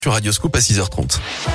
Sur Radioscoop à 6h30.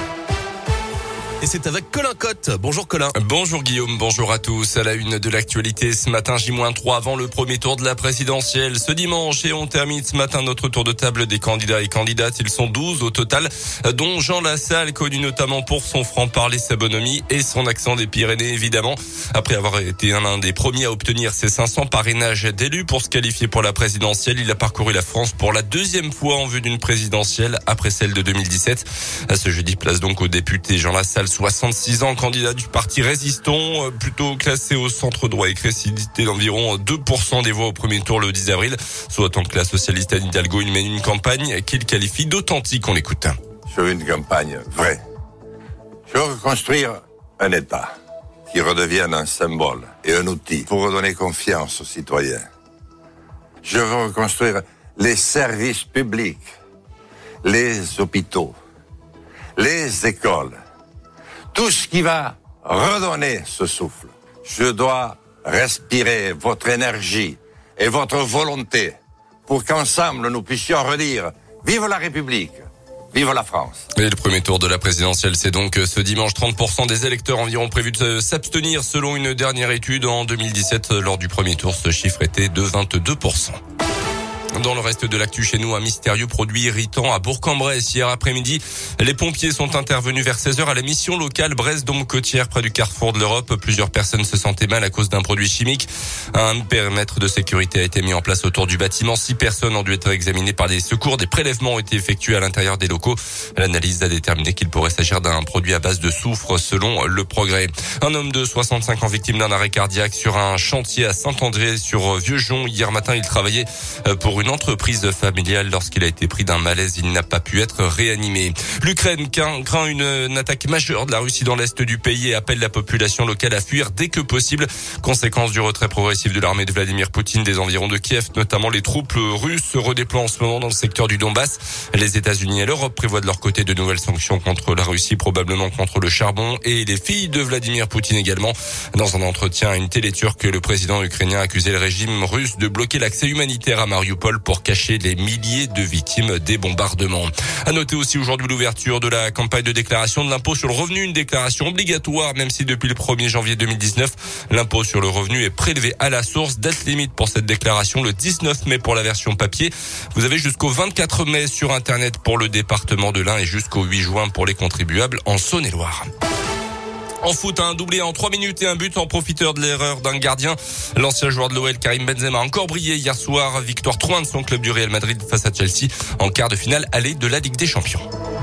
Et c'est avec Colin Cotte. Bonjour Colin. Bonjour Guillaume, bonjour à tous. À la une de l'actualité ce matin, J-3 avant le premier tour de la présidentielle ce dimanche. Et on termine ce matin notre tour de table des candidats et candidates. Ils sont 12 au total, dont Jean Lassalle, connu notamment pour son franc-parler, sa bonhomie et son accent des Pyrénées, évidemment. Après avoir été l'un des premiers à obtenir ses 500 parrainages d'élus pour se qualifier pour la présidentielle, il a parcouru la France pour la deuxième fois en vue d'une présidentielle après celle de 2017. Ce jeudi, place donc au député Jean Lassalle, 66 ans, candidat du parti Résistons, plutôt classé au centre droit et crédibilité d'environ 2% des voix au premier tour le 10 avril, soit tant que la socialiste Anne Hidalgo mène une campagne qu'il qualifie d'authentique. On l'écoute. Je veux une campagne vraie. Je veux reconstruire un État qui redevienne un symbole et un outil pour redonner confiance aux citoyens. Je veux reconstruire les services publics, les hôpitaux, les écoles, tout ce qui va redonner ce souffle. Je dois respirer votre énergie et votre volonté pour qu'ensemble nous puissions redire « Vive la République !» Vive la France. Et le premier tour de la présidentielle, c'est donc ce dimanche. 30% des électeurs environ prévus de s'abstenir selon une dernière étude. En 2017, lors du premier tour, ce chiffre était de 22%. Dans le reste de l'actu chez nous, un mystérieux produit irritant à Bourg-en-Bresse. Hier après-midi, les pompiers sont intervenus vers 16h à la mission locale Brest-Dombes-Côtières près du carrefour de l'Europe. Plusieurs personnes se sentaient mal à cause d'un produit chimique. Un périmètre de sécurité a été mis en place autour du bâtiment. 6 personnes ont dû être examinées par des secours. Des prélèvements ont été effectués à l'intérieur des locaux. L'analyse a déterminé qu'il pourrait s'agir d'un produit à base de soufre selon Le Progrès. Un homme de 65 ans victime d'un arrêt cardiaque sur un chantier à Saint-André sur Vieux-Jon. Hier matin, il travaillait pour une entreprise familiale. Lorsqu'il a été pris d'un malaise, il n'a pas pu être réanimé. L'Ukraine craint une attaque majeure de la Russie dans l'est du pays et appelle la population locale à fuir dès que possible. Conséquence du retrait progressif de l'armée de Vladimir Poutine des environs de Kiev, notamment les troupes russes se redéploient en ce moment dans le secteur du Donbass. Les États-Unis et l'Europe prévoient de leur côté de nouvelles sanctions contre la Russie, probablement contre le charbon et les filles de Vladimir Poutine également. Dans un entretien à une télé turque, le président ukrainien a accusé le régime russe de bloquer l'accès humanitaire à Mariupol pour cacher les milliers de victimes des bombardements. À noter aussi aujourd'hui l'ouverture de la campagne de déclaration de l'impôt sur le revenu, une déclaration obligatoire, même si depuis le 1er janvier 2019, l'impôt sur le revenu est prélevé à la source. Date limite pour cette déclaration, le 19 mai pour la version papier. Vous avez jusqu'au 24 mai sur Internet pour le département de l'Ain et jusqu'au 8 juin pour les contribuables en Saône-et-Loire. En foot, un doublé en 3 minutes et un but en profiteur de l'erreur d'un gardien. L'ancien joueur de l'OL, Karim Benzema, a encore brillé hier soir. Victoire 3-1 de son club du Real Madrid face à Chelsea en quart de finale aller de la Ligue des Champions.